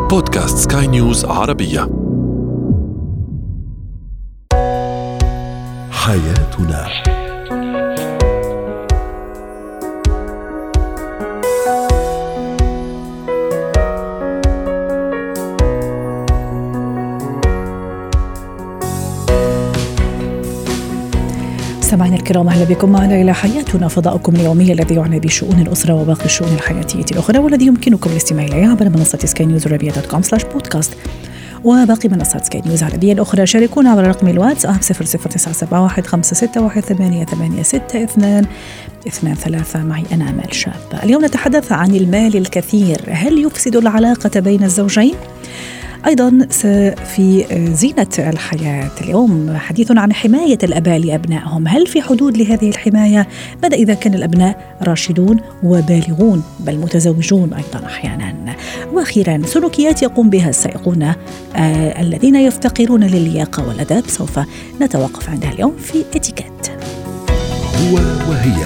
بودكاست سكاي نيوز عربية. حياتنا. سمعنا الكرام، أهلا بكم معنا إلى حياتنا، فضاؤكم اليومي الذي يعنى بشؤون الأسرة وباقي الشؤون الحياتية الأخرى، والذي يمكنكم الاستماع إليه عبر منصة skynewsarabia.com/podcast وباقي منصات سكاي نيوز عربية الأخرى. شاركونا عبر رقم الواتساب 00971561886223. معي أنا أمال شابة. اليوم نتحدث عن المال الكثير، هل يفسد العلاقة بين الزوجين؟ أيضا في زينة الحياة اليوم حديث عن حماية الآباء لأبنائهم، هل في حدود لهذه الحماية؟ ماذا إذا كان الأبناء راشدون وبالغون بل متزوجون أيضا أحيانا؟ وأخيرا سلوكيات يقوم بها السائقون الذين يفتقرون للياقة والأدب، سوف نتوقف عندها اليوم في اتيكيت. هو وهي.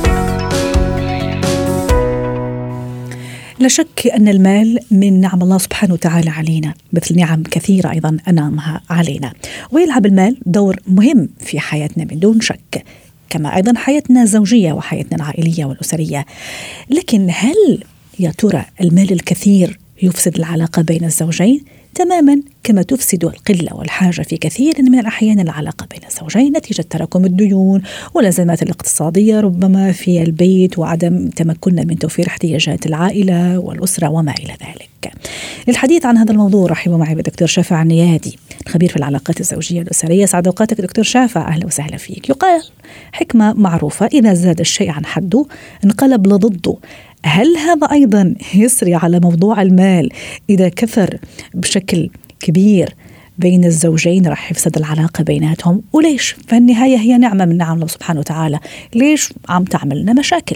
لا شك أن المال من نعم الله سبحانه وتعالى علينا، مثل نعم كثيرة أيضا أنعمها علينا، ويلعب المال دور مهم في حياتنا من دون شك، كما أيضا حياتنا الزوجية وحياتنا العائلية والأسرية. لكن هل يا ترى المال الكثير يفسد العلاقة بين الزوجين؟ تماما كما تفسد القلة والحاجة في كثير من الأحيان العلاقة بين الزوجين نتيجة تراكم الديون والأزمات الاقتصادية ربما في البيت وعدم تمكننا من توفير احتياجات العائلة والأسرة وما إلى ذلك. للحديث عن هذا الموضوع رحبوا معي بالدكتور شافع النيادي، خبير في العلاقات الزوجية والأسرية. سعد أوقاتك دكتور شافع، أهلا وسهلا فيك. يقال حكمة معروفة، إذا زاد الشيء عن حده انقلب لضده. هل هذا أيضا يسري على موضوع المال؟ إذا كثر بشكل كبير بين الزوجين راح يفسد العلاقة بيناتهم، وليش؟ فالنهاية هي نعمة من نعم الله سبحانه وتعالى، ليش عم تعملنا مشاكل؟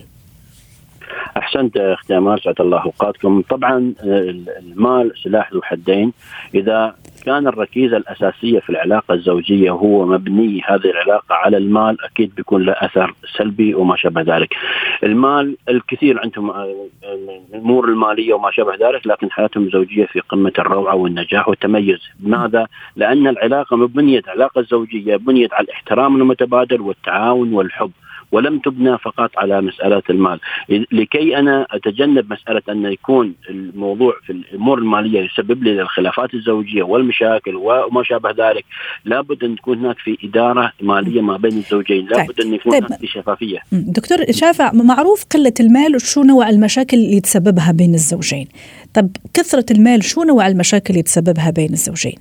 أحسنت أختي أمال، سعد الله أوقاتكم. طبعا المال سلاح ذو حدين. إذا كان الركيزة الأساسية في العلاقة الزوجية هو مبني هذه العلاقة على المال، أكيد بيكون له أثر سلبي وما شابه ذلك. المال الكثير عندهم الأمور المالية وما شابه ذلك، لكن حياتهم الزوجية في قمة الروعة والنجاح والتميز. لماذا؟ لأن العلاقة بنيت، علاقة زوجية بنيت على الاحترام المتبادل والتعاون والحب، ولم تبنى فقط على مسألة المال. لكي أنا أتجنب مسألة أن يكون الموضوع في الأمور المالية يسبب لي الخلافات الزوجية والمشاكل وما شابه ذلك، لابد أن تكون هناك في إدارة مالية ما بين الزوجين، لابد أن يكون هناك في شفافية. دكتور شافع، معروف قلة المال شو نوع المشاكل اللي تسببها بين الزوجين؟ طب كثرة المال شو نوع المشاكل اللي تسببها بين الزوجين؟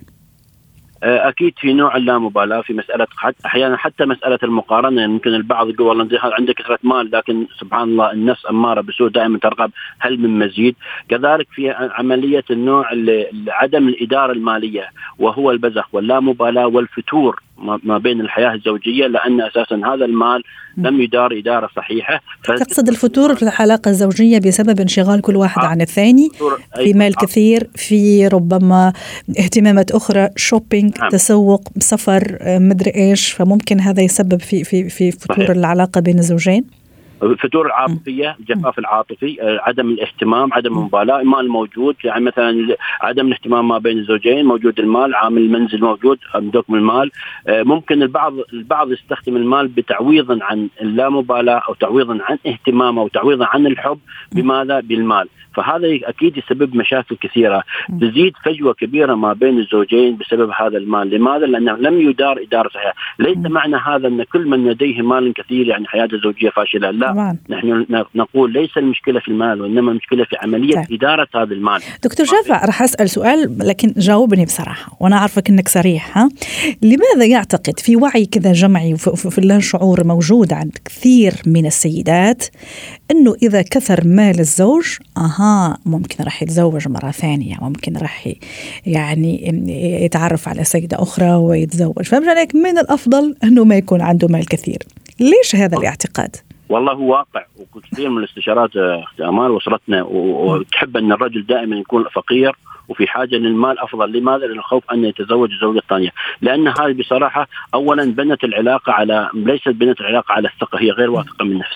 أكيد في نوع اللامبالاة، في مسألة أحيانا حتى مسألة المقارنة. يمكن البعض يقول والله عندك كثرة مال، لكن سبحان الله النفس أمارة بسوء، دائما ترغب هل من مزيد. كذلك في عملية النوع عدم الإدارة المالية، وهو البذخ واللامبالاة والفتور ما بين الحياة الزوجية، لأن أساسا هذا المال لم يدار إدارة صحيحة. تقصد الفتور في العلاقة الزوجية بسبب انشغال كل واحد عن الثاني، في مال كثير، في ربما اهتمامات أخرى، شوبينج، تسوق، سفر، مدري إيش، فممكن هذا يسبب في فتور العلاقة بين الزوجين. الفتور العاطفية، الجفاف العاطفي، عدم الاهتمام، عدم المبالاة. المال موجود، يعني مثلا عدم الاهتمام ما بين الزوجين، موجود المال، عامل المنزل موجود، عندكم المال. ممكن البعض يستخدم المال بتعويضا عن اللامبالاة أو تعويضا عن اهتمام أو تعويضا عن الحب. بماذا؟ بالمال. فهذا أكيد يسبب مشاكل كثيرة، تزيد فجوة كبيرة ما بين الزوجين بسبب هذا المال. لماذا؟ لأنه لم يدار إدارة صحيحة. ليس معنى هذا أن كل من لديه مال كثير يعني حياته الزوجية فاشلة، لا. نحن نقول ليس المشكلة في المال، وإنما المشكلة في عملية إدارة هذا المال. دكتور شافع، رح أسأل سؤال لكن جاوبني بصراحة، وأنا عارفك أنك صريح. لماذا يعتقد في وعي كذا جمعي وفي الله شعور موجود عند كثير من السيدات أنه إذا كثر مال الزوج ممكن راح يتزوج مرة ثانية، ممكن راح يعني يتعرف على سيدة أخرى ويتزوج، فمجالك من الأفضل أنه ما يكون عنده مال كثير؟ ليش هذا الاعتقاد؟ والله هو واقع، وكثير من الاستشارات أمال وصلتنا وتحب أن الرجل دائما يكون فقير وفي حاجة للمال أفضل. لماذا؟ للخوف أن يتزوج الزوجة الثانية، لأن هذه بصراحة أولا بنت العلاقة على، ليست بنت العلاقة على الثقة، هي غير واثقة من نفسها.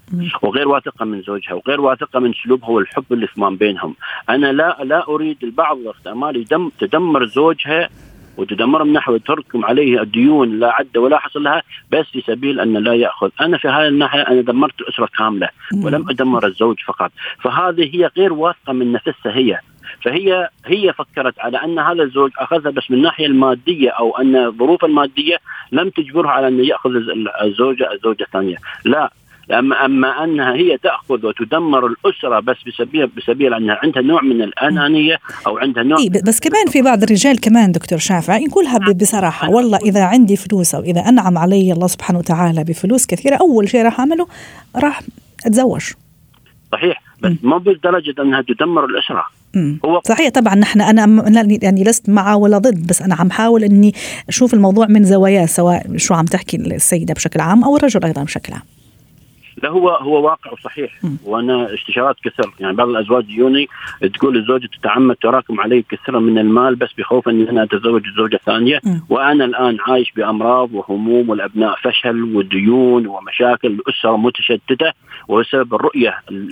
وغير واثقة من زوجها وغير واثقة من سلوبها والحب اللي في ما بينهم. أنا لا أريد البعض الاحتمال تدمر زوجها وتدمر من نحو تركم عليه الديون لا عد ولا حصل لها بس في سبيل أن لا يأخذ. أنا في هذه الناحية أنا دمرت الأسرة كاملة ولم أدمر الزوج فقط. فهذه هي غير واثقة من نفسها فهي فكرت على أن هذا الزوج أخذها بس من الناحية المادية أو أن الظروف المادية لم تجبرها على أن يأخذ الزوجة الثانية. لا، أما أنها هي تأخذ وتدمر الأسرة بس بسبيل أنها عندها نوع من الأنانية أو عندها نوع بس كمان في بعض الرجال كمان دكتور شافع نقولها بصراحة، والله إذا عندي فلوس أو إذا أنعم علي الله سبحانه وتعالى بفلوس كثيرة أول شيء راح أعمله راح أتزوج. صحيح، بس ما بالدرجة أنها تدمر الأسرة. هو صحيح طبعا أنا يعني لست معه ولا ضد، بس أنا عم حاول أني أشوف الموضوع من زواياه سواء شو عم تحكي السيدة بشكل عام أو الرجل أيضا بشكل عام. لا هو واقع وصحيح. وانا استشارات كثر يعني بعض الازواج يجوني تقول الزوجة تتعمد تراكم علي كثير من المال بس بخوف اني انا اتزوج الزوجة الثانية وانا الان عايش بامراض وهموم والابناء فشل وديون ومشاكل الاسرة متشتتة وبسبب الرؤية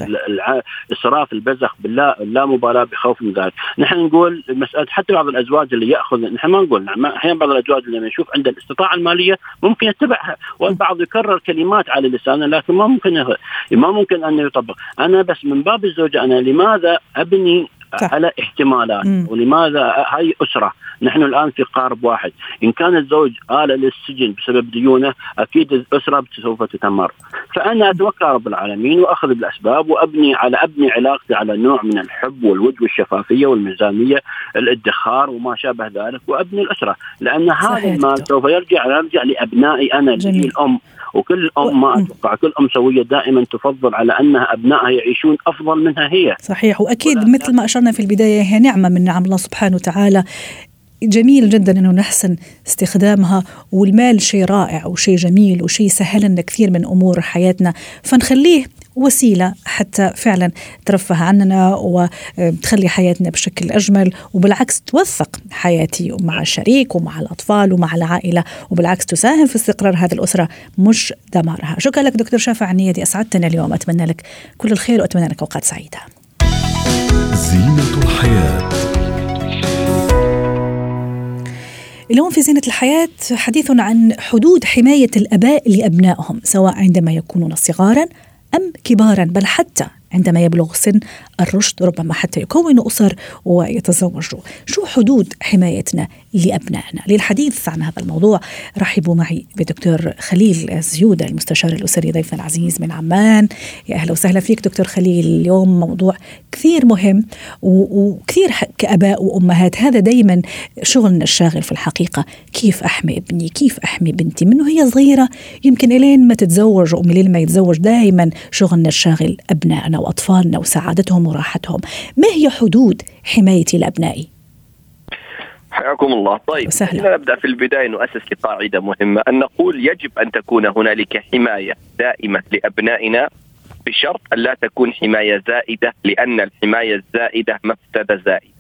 الصراف البزخ باللا مبالاة بخوف من ذلك. نحن نقول مسألة حتى بعض الازواج اللي ياخذ، نحن ما نقول احيانا بعض الازواج اللي نشوف عنده الاستطاعة المالية ممكن يتبعها والبعض يكرر كلمات على لسانه لكن ما ممكن أن يطبق. أنا بس من باب الزوجة أنا لماذا أبني على احتمالات ولماذا هاي أسرة؟ نحن الآن في قارب واحد، إن كان الزوج آل للسجن بسبب ديونه أكيد الأسرة سوف تتدمر. فأنا أتوكل رب العالمين وأخذ بالأسباب وأبني علاقتي على نوع من الحب والود والشفافية والميزانية الادخار وما شابه ذلك وأبني الأسرة، لأن هذا المال سوف يرجع لأبنائي أنا الأم. وكل أم ما أتوقع كل أم سوية دائما تفضل على أنها أبنائها يعيشون أفضل منها هي. صحيح، وأكيد مثل ما أشرنا في البداية هي نعمة من نعم الله سبحانه وتعالى، جميل جدا أنه نحسن استخدامها، والمال شيء رائع وشيء جميل وشيء سهل لنا كثير من أمور حياتنا، فنخليه وسيلة حتى فعلا ترفه عننا وتخلي حياتنا بشكل أجمل، وبالعكس توثق حياتي مع الشريك ومع الأطفال ومع العائلة، وبالعكس تساهم في استقرار هذه الأسرة مش دمارها. شكرا لك دكتور شافع عنيدي، أسعدتنا اليوم، أتمنى لك كل الخير وأتمنى لك أوقات سعيدة. زينة الحياة. اليوم في زينة الحياة حديثنا عن حدود حماية الآباء لأبنائهم سواء عندما يكونون صغارا أم كبارا، بل حتى عندما يبلغ سن الرشد، ربما حتى يكونوا أسر ويتزوجوا. شو حدود حمايتنا لأبنائنا؟ للحديث عن هذا الموضوع رحبوا معي بدكتور خليل الزيودة المستشار الأسري ضيفنا العزيز من عمان. يا أهلا وسهلا فيك دكتور خليل. اليوم موضوع كثير مهم وكثير كأباء وأمهات هذا دايما شغلنا الشاغل في الحقيقة، كيف أحمي ابني، كيف أحمي بنتي منه هي صغيرة يمكن إلين ما تتزوج ومن ما يتزوج. دايما شغلنا الشاغل أبنائنا وأطفالنا وسعادتهم وراحتهم. ما هي حدود حمايتي لأبنائي؟ حياكم الله. طيب خلينا نبدأ في البداية، نؤسس لقاعدة مهمة أن نقول يجب أن تكون هنالك حماية دائمة لأبنائنا بشرط أن لا تكون حماية زائدة، لأن الحماية الزائدة مفسدة زائدة.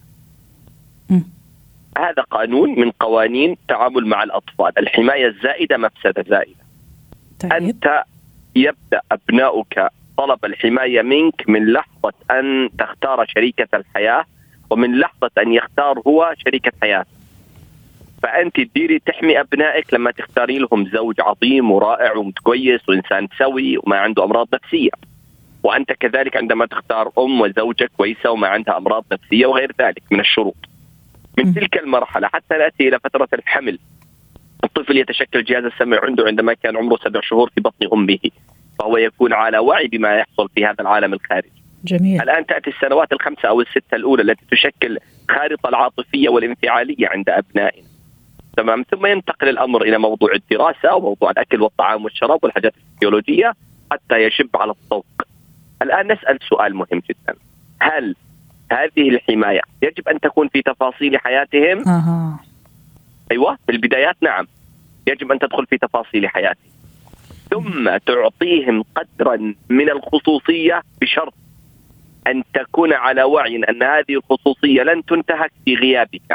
هذا قانون من قوانين تعامل مع الأطفال، الحماية الزائدة مفسدة زائدة. طيب. أنت يبدأ أبناؤك طلب الحماية منك من لحظة أن تختار شريكة الحياة ومن لحظة أن يختار هو شريكة حياة. فأنت تديري تحمي أبنائك لما تختاري لهم زوج عظيم ورائع ومتكويس وإنسان سوي وما عنده أمراض نفسية، وأنت كذلك عندما تختار أم وزوجة كويسة وما عندها أمراض نفسية وغير ذلك من الشروط. من تلك المرحلة حتى نأتي إلى فترة الحمل، الطفل يتشكل جهاز السمع عنده عندما كان عمره 7 شهور في بطن أمه، فهو يكون على وعي بما يحصل في هذا العالم الخارجي. جميل. الآن تأتي السنوات 5 أو 6 الأولى التي تشكل خارطة العاطفية والانفعالية عند أبنائنا. تمام. ثم ينتقل الأمر إلى موضوع الدراسة وموضوع الأكل والطعام والشراب والحاجات الفسيولوجية حتى يشب على الطوق. الآن نسأل سؤال مهم جدا، هل هذه الحماية يجب أن تكون في تفاصيل حياتهم؟ أيوة، في البدايات نعم يجب أن تدخل في تفاصيل حياتهم، ثم تعطيهم قدرا من الخصوصية بشرط أن تكون على وعي أن هذه الخصوصية لن تنتهك في غيابك.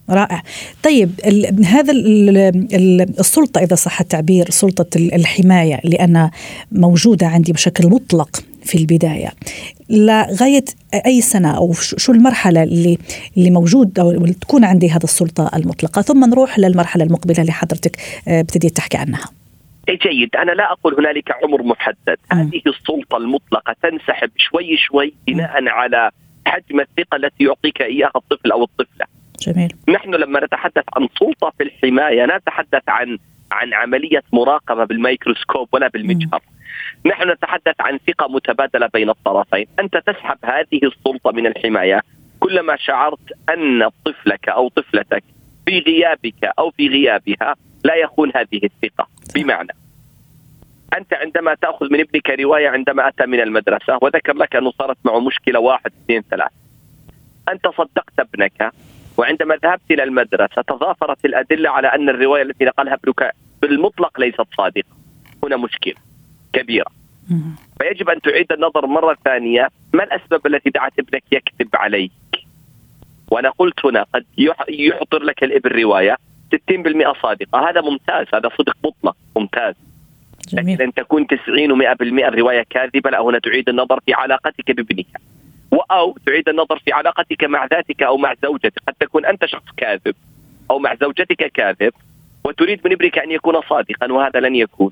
رائع. طيب هذا السلطة، إذا صح التعبير، سلطة الحماية اللي أنا موجودة عندي بشكل مطلق في البداية، لغاية أي سنة أو شو المرحلة اللي موجود أو اللي تكون عندي هذا السلطة المطلقة، ثم نروح للمرحلة المقبلة اللي حضرتك ابتديت تحكي عنها؟ جيد. أنا لا أقول هنالك عمر محدد. هذه السلطة المطلقة تنسحب شوي شوي بناء على حجم الثقة التي يعطيك إياها الطفل أو الطفلة. جميل. نحن لما نتحدث عن سلطة في الحماية نتحدث عن عملية مراقبة بالميكروسكوب ولا بالمجهر. نحن نتحدث عن ثقة متبادلة بين الطرفين. أنت تسحب هذه السلطة من الحماية كلما شعرت أن طفلك أو طفلتك في غيابك أو في غيابها لا يخون هذه الثقة. بمعنى أنت عندما تأخذ من ابنك رواية عندما أتى من المدرسة وذكر لك أنه صارت معه مشكلة 1 2 3، أنت صدقت ابنك، وعندما ذهبت إلى المدرسة تضافرت الأدلة على أن الرواية التي نقلها ابنك بالمطلق ليست صادقة. هنا مشكلة كبيرة. فيجب أن تعيد النظر مرة ثانية، ما الأسباب التي دعت ابنك يكذب عليك؟ وأنا قلت هنا قد يحضر لك الابن رواية 60% صادقة، هذا ممتاز، هذا صدق مطلق ممتاز. لكن أن تكون 90 و100% الرواية كاذبة، لا، هنا تعيد النظر في علاقتك بابنك، أو تعيد النظر في علاقتك مع ذاتك أو مع زوجتك. قد تكون أنت شخص كاذب أو مع زوجتك كاذب وتريد من ابنك أن يكون صادقا، وهذا لن يكون.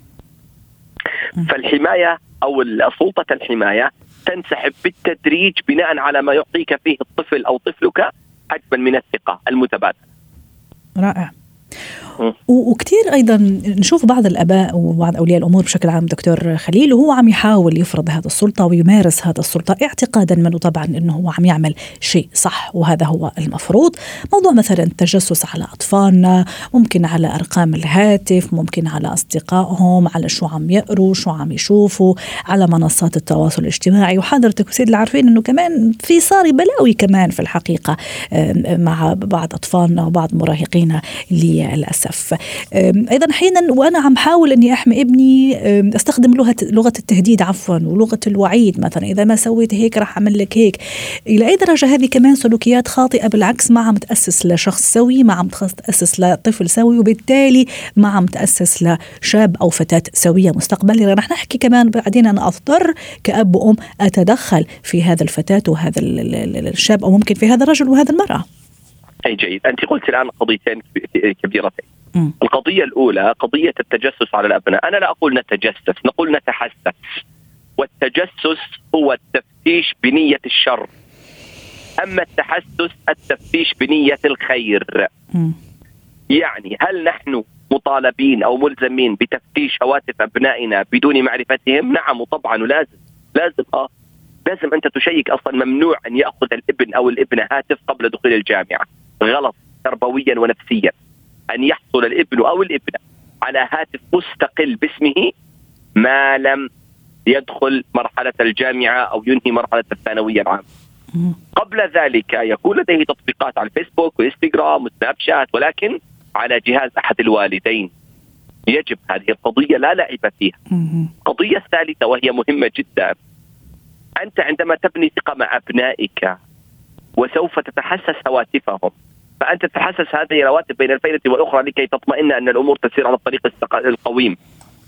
فالحماية أو سلطة الحماية تنسحب بالتدريج بناء على ما يعطيك فيه الطفل أو طفلك حجما من الثقة المتبادلة. رائع. وكثير أيضا نشوف بعض الآباء وبعض أولياء الأمور بشكل عام دكتور خليل، وهو عم يحاول يفرض هذا السلطة ويمارس هذا السلطة اعتقادا منه طبعا أنه هو عم يعمل شيء صح وهذا هو المفروض. موضوع مثلا التجسس على أطفالنا، ممكن على أرقام الهاتف، ممكن على أصدقائهم، على شو عم يقروا، شو عم يشوفوا على منصات التواصل الاجتماعي. وحضرتك وسيد العارفين أنه كمان في صار بلاوي كمان في الحقيقة مع بعض أطفالنا وبعض مراهقينا للأسف. أيضا حينا وأنا عم حاول أني أحمي ابني أستخدم لغة التهديد ولغة الوعيد، مثلا إذا ما سويت هيك رح أعمل لك هيك. إلى أي درجة هذه كمان سلوكيات خاطئة؟ بالعكس، ما عم تأسس لشخص سوي، ما عم تأسس لطفل سوي، وبالتالي ما عم تأسس لشاب أو فتاة سوية مستقبليا. رح نحكي كمان بعدين أنا أضطر كأب وأم أتدخل في هذا الفتاة وهذا الشاب، أو ممكن في هذا الرجل وهذا المرأة. أي جيد. أنت قلت الآن قضيتين كبيرتين. القضية الأولى قضية التجسس على الأبناء. أنا لا أقول نتجسس، نقول نتحسس. والتجسس هو التفتيش بنية الشر، أما التحسس التفتيش بنية الخير. يعني هل نحن مطالبين أو ملزمين بتفتيش هواتف أبنائنا بدون معرفتهم؟ نعم طبعا، ولازم لازم أنت تشيك. أصلا ممنوع أن يأخذ الابن أو الابنة هاتف قبل دخول الجامعة، غلط تربويا ونفسيا أن يحصل الابن أو الابنة على هاتف مستقل باسمه ما لم يدخل مرحلة الجامعة أو ينهي مرحلة الثانوية العامة. قبل ذلك يكون لديه تطبيقات على الفيسبوك وإنستغرام وسناب شات، ولكن على جهاز أحد الوالدين. يجب هذه القضية لا لعب فيها. القضية الثالثة وهي مهمة جدا، أنت عندما تبني ثقة مع أبنائك وسوف تتحسس هواتفهم، فأنت تتحسس هذه الهواتف بين الفينة والأخرى لكي تطمئن أن الأمور تسير على الطريق القويم.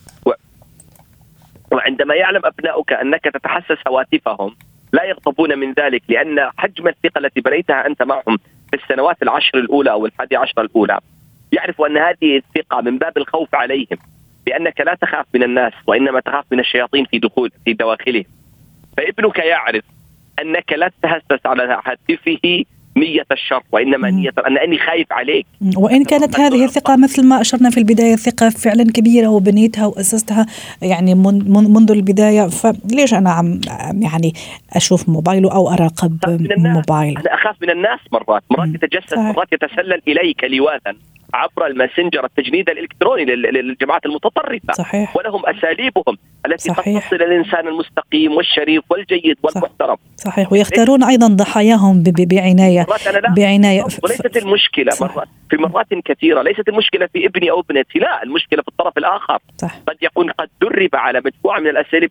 وعندما يعلم أبنائك أنك تتحسس هواتفهم لا يغضبون من ذلك، لأن حجم الثقة التي بنيتها أنت معهم في السنوات 10 الأولى أو 11 الأولى، يعرف أن هذه الثقة من باب الخوف عليهم، لأنك لا تخاف من الناس وإنما تخاف من الشياطين في دواخلهم. فابنك يعرف أنك لا تتحسس على هاتفه نية الشر، وإنما نية أنني خايف عليك. وإن كانت هذه الثقة مثل ما أشرنا في البداية ثقة فعلا كبيرة وبنيتها وأسستها يعني منذ البداية، فليش أنا عم يعني أشوف موبايله أو أراقب موبايله؟ أنا أخاف من الناس مرات يتجسس، مرات يتسلل إليك لواذا عبر الماسنجر، التجنيد الإلكتروني للجماعات المتطرفة. صحيح. ولهم أساليبهم التي صحيح. تصل الإنسان المستقيم والشريف والجيد والمحترم. صحيح. ويختارون أيضا ضحاياهم بعناية. وليست المشكلة في مرات كثيرة ليست المشكلة في ابني أو ابنتي، لا، المشكلة في الطرف الآخر. صح. قد درب على مجموعة من الأساليب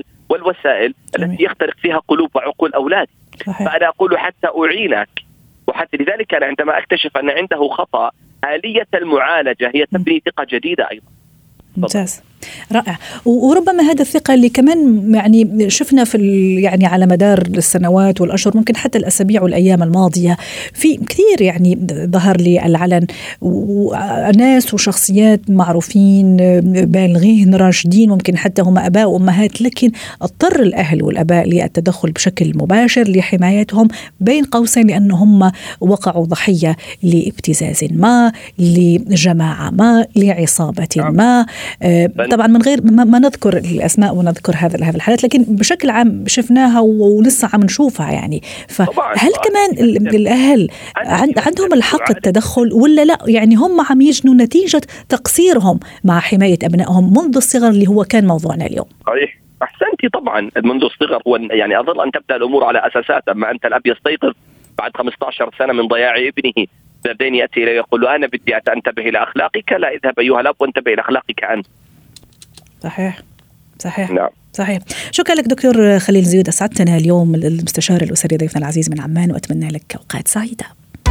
والوسائل التي يخترق فيها قلوب وعقول أولاد. فأنا أقول حتى أعينك وحتى لذلك أنا عندما أكتشف أن عنده خطأ، آلية المعالجة هي تبني ثقة جديدة أيضا. ممتاز، رائع. وربما هذا الثقة اللي كمان يعني شفنا في يعني على مدار السنوات والأشهر، ممكن حتى الأسابيع والأيام الماضية، في كثير يعني ظهر لي العلن وناس وشخصيات معروفين بالغين راشدين، ممكن حتى هم آباء وأمهات، لكن اضطر الأهل والآباء للتدخل بشكل مباشر لحمايتهم بين قوسين، لأنهم وقعوا ضحية لابتزاز ما، لجماعة ما، لعصابة ما. طبعا من غير ما نذكر الأسماء ونذكر هذا الحالات، لكن بشكل عام شفناها ولسه عم نشوفها يعني. فهل كمان الأهل عندهم الحق التدخل ولا لا؟ يعني هم عم يجنوا نتيجة تقصيرهم مع حماية أبنائهم منذ الصغر، اللي هو كان موضوعنا اليوم. صحيح، أحسنتي. طبعا منذ الصغر هو يعني أظل أن تبدأ الأمور على أساسات. أما أنت الأب يستيقظ بعد 15 سنة من ضياع ابنه، بعدين يأتي إليه يقول أنا بدي أنتبه إلى أخلاقك. لا، اذهب أيها الأب وانتبه إلى أخلاقك أنت. صحيح. نعم. صحيح. شكرا لك دكتور خليل زيود، أسعدتنا اليوم، المستشار الأسري ضيفنا العزيز من عمان، وأتمنى لك أوقات سعيدة.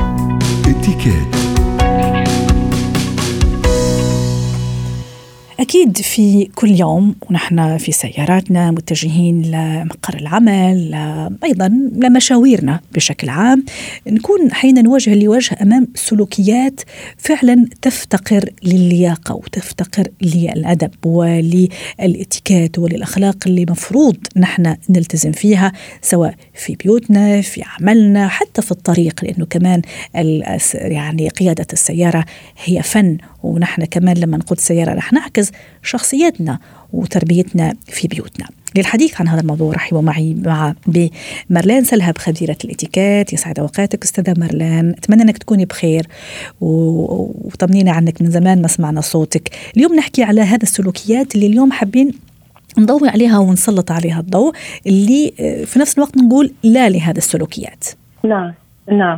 أكيد في كل يوم ونحن في سياراتنا متجهين لمقر العمل، أيضا لمشاويرنا بشكل عام، نكون حين وجها لوجه أمام سلوكيات فعلا تفتقر للياقة وتفتقر للأدب وللإتيكات وللأخلاق اللي مفروض نحن نلتزم فيها، سواء في بيوتنا، في عملنا، حتى في الطريق، لأنه كمان يعني قيادة السيارة هي فن، ونحن كمان لما نقود سيارة رح نعكس شخصيتنا وتربيتنا في بيوتنا. للحديث عن هذا الموضوع رحبوا معي بمارلين سلهب، خبيرة الاتيكيت. يسعد اوقاتك استاذة مارلين، اتمنى انك تكوني بخير وطمنينا عنك، من زمان ما سمعنا صوتك. اليوم نحكي على هذا السلوكيات اللي اليوم حابين نضوي عليها ونسلط عليها الضوء، اللي في نفس الوقت نقول لا لهذا السلوكيات. نعم.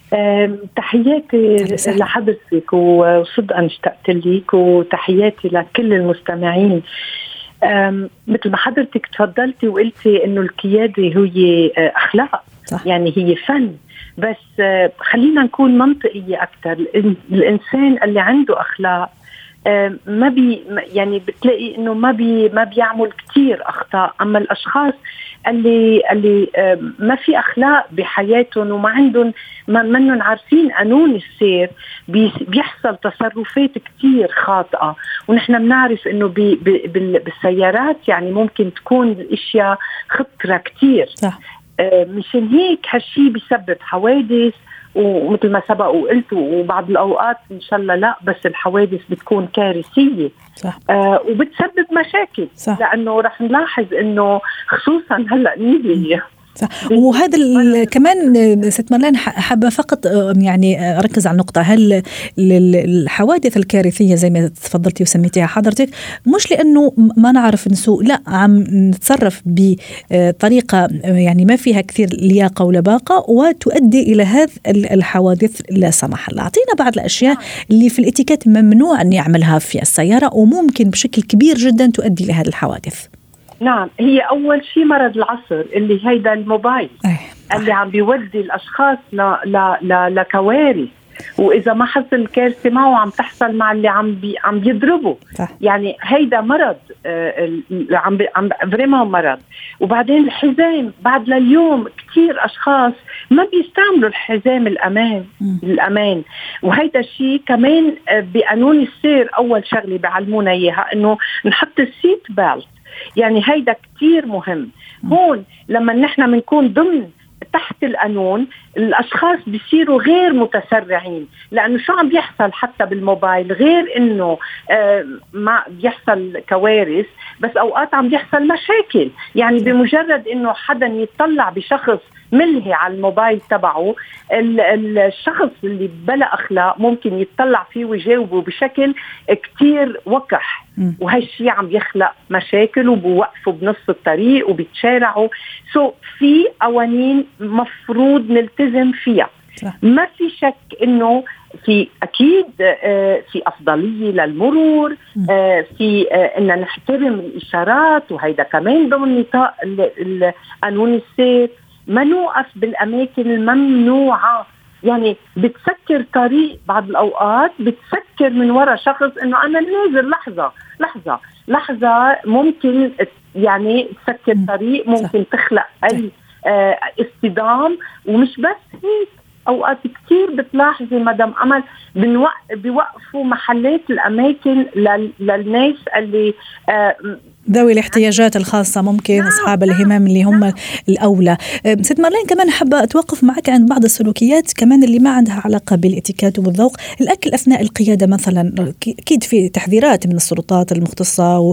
تحياتي لحضرتك وصدقا اشتقت لك، وتحياتي لكل المستمعين. مثل ما حضرتك تفضلتي وقلتي انه القيادة هي اخلاق، صح. يعني هي فن، بس خلينا نكون منطقية اكثر. الانسان اللي عنده اخلاق يعني بتلاقي انه ما بيعمل كتير اخطاء. اما الاشخاص اللي ما في اخلاق بحياتهم وما عندهم منهم عارفين قانون السير، بيحصل تصرفات كتير خاطئة. ونحن بنعرف انه بالسيارات يعني ممكن تكون الاشياء خطرة كتير، صح. مشان هيك هالشي بيسبب حوادث، ومثل ما سبق وقلت، وبعض الأوقات إن شاء الله لا، بس الحوادث بتكون كارثية، صح. وبتسبب مشاكل، صح. لأنه رح نلاحظ إنه خصوصا هلأ نيجي وهذا كمان ست مارلين حابة فقط يعني أركز على النقطة، هل الحوادث الكارثية زي ما تفضلتي وسميتيها حضرتك مش لأنه ما نعرف نسوق، لا، عم نتصرف بطريقة يعني ما فيها كثير لياقة ولباقة وتؤدي إلى هذه الحوادث لا سمح الله. أعطينا بعض الأشياء اللي في الاتيكيت ممنوع أن يعملها في السيارة وممكن بشكل كبير جدا تؤدي لهذه الحوادث. نعم، هي أول شيء مرض العصر اللي هيدا الموبايل اللي عم بيودي الأشخاص لكوارث، وإذا ما حصل كارثة معه عم تحصل مع اللي عم بيضربه، يعني هيدا مرض، عم فريمون مرض. وبعدين الحزام، بعد لليوم كتير أشخاص ما بيستعملوا الحزام الأمان، وهيدا الشيء كمان بقانون السير أول شغلة بعلمونا إياها إنه نحط السيت بالت، يعني هيدا كتير مهم. هون لما نحن منكون ضمن تحت القانون، الأشخاص بيصيروا غير متسرعين، لأنه شو عم بيحصل حتى بالموبايل، غير إنه ما بيحصل كوارث، بس أوقات عم بيحصل مشاكل. يعني بمجرد إنه حدا يتطلع بشخص ملهي على الموبايل تبعه، الشخص اللي بلا أخلاق ممكن يتطلع فيه ويجاوبه بشكل كتير وقح، وهي الشيء عم يخلق مشاكل وبوقفوا بنص الطريق وبيتشارعوا. في قوانين مفروض نلتزم فيها، ما في شك إنه في أكيد في أفضلية للمرور، في إن نحترم الإشارات، وهيدا كمان ضمن نطاق قانون السير. ما نوقف بالأماكن الممنوعة يعني بتسكر طريق بعض الأوقات، بتسكر من وراء شخص إنه أنا نازل لحظة ممكن يعني تسكر طريق، ممكن تخلق أي اصطدام. ومش بس هيك، أوقات كتير بتلاحظي مدام أمل بيوقفوا محلات الأماكن للناس اللي ذوي الاحتياجات الخاصة، ممكن أصحاب الهمم اللي هم الأولى. ست مارلين، كمان حابة أتوقف معك عند بعض السلوكيات كمان اللي ما عندها علاقة بالاتيكيت والذوق. الأكل أثناء القيادة مثلا، أكيد في تحذيرات من السلطات المختصة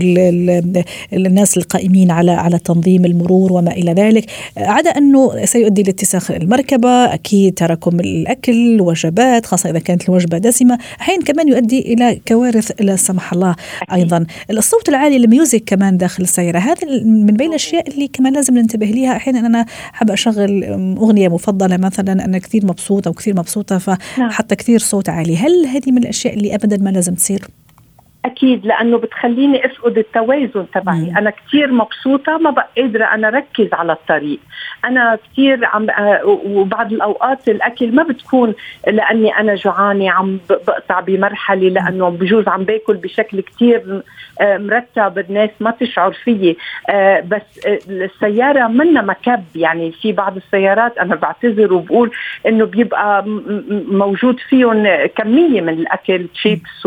والناس القائمين على تنظيم المرور وما إلى ذلك، عدا أنه سيؤدي لاتساخ المركبة، أكيد تراكم الأكل، وجبات خاصة إذا كانت الوجبة دسمة، أحيانا كمان يؤدي إلى كوارث لا سمح الله. أيضا الصوت العالي، الميوزك كمان داخل السيارة، هذا من بين الأشياء اللي كمان لازم ننتبه ليها. أحيانا أنا حابة أشغل أغنية مفضلة مثلا، أنا كثير مبسوطة وكثير مبسوطة، فحتى كثير صوت عالي. هل هذه من الأشياء اللي أبدا ما لازم تصير؟ أكيد، لأنه بتخليني أفقد التوازن تبعي. أنا كتير مبسوطة، ما بقى قادرة أنا ركز على الطريق. أنا كتير وبعض الأوقات الأكل ما بتكون لأني أنا جوعانة، عم بقطع بمرحلة لأنه بجوز عم باكل بشكل كتير مرتب، الناس ما تشعر فيه. بس السيارة منا مكب، يعني في بعض السيارات أنا بعتذر وبقول إنه بيبقى موجود فيهم كمية من الأكل، تشيبس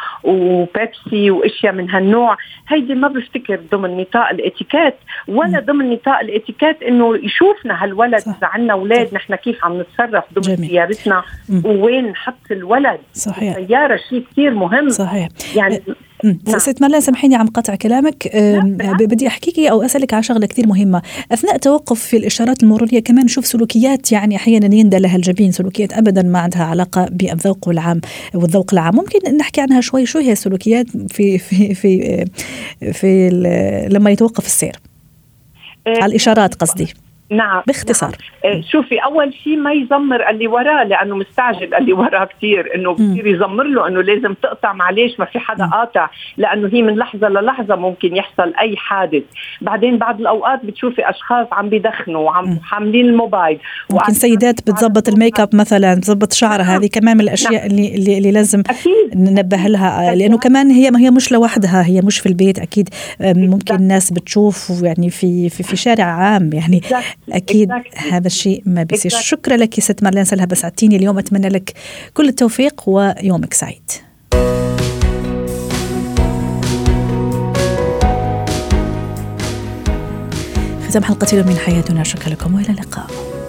وبيبسي واشياء من هالنوع. هيدي ما بفتكر ضمن نطاق الاتيكيت، ولا ضمن نطاق الاتيكيت انه يشوفنا هالولد. اذا عندنا اولاد نحن كيف عم نتصرف ضمن سيارتنا، وين نحط الولد. صحيح. السيارة شيء كتير مهم. صحيح. يعني ست مارلين، سامحيني عم قطع كلامك. بدي أحكيكي أو أسألك على شغلة كثير مهمة. أثناء توقف في الإشارات المرورية كمان نشوف سلوكيات يعني أحيانا يندى لها الجبين، سلوكيات أبدا ما عندها علاقة بالذوق والذوق العام. ممكن نحكي عنها شوي؟ شو هي السلوكيات في لما يتوقف السير على الإشارات قصدي؟ نعم باختصار. نعم. شوفي، أول شيء ما يزمر اللي وراه، لأنه مستعجل اللي وراه كتير، إنه كتير يزمر له إنه لازم تقطع، معليش ما في حدا قاطع، لأنه هي من لحظة للحظة ممكن يحصل أي حادث. بعدين بعض الأوقات بتشوفي أشخاص عم بيدخنوا وعم حاملين الموبايل، ممكن سيدات بتزبط الميك اب مثلا، بتزبط شعرها. هذه كمان من الأشياء اللي لازم ننبه لها، لأنه كمان هي مش لوحدها، هي مش في البيت. أكيد ممكن الناس بتشوف يعني في شارع عام، يعني أكيد هذا الشيء ما بيصير. شكرا لك ست مارلين سلهب، سعدتيني اليوم. أتمنى لك كل التوفيق ويومك سعيد. ختام حلقة من حياتنا، شكرا لكم وإلى اللقاء.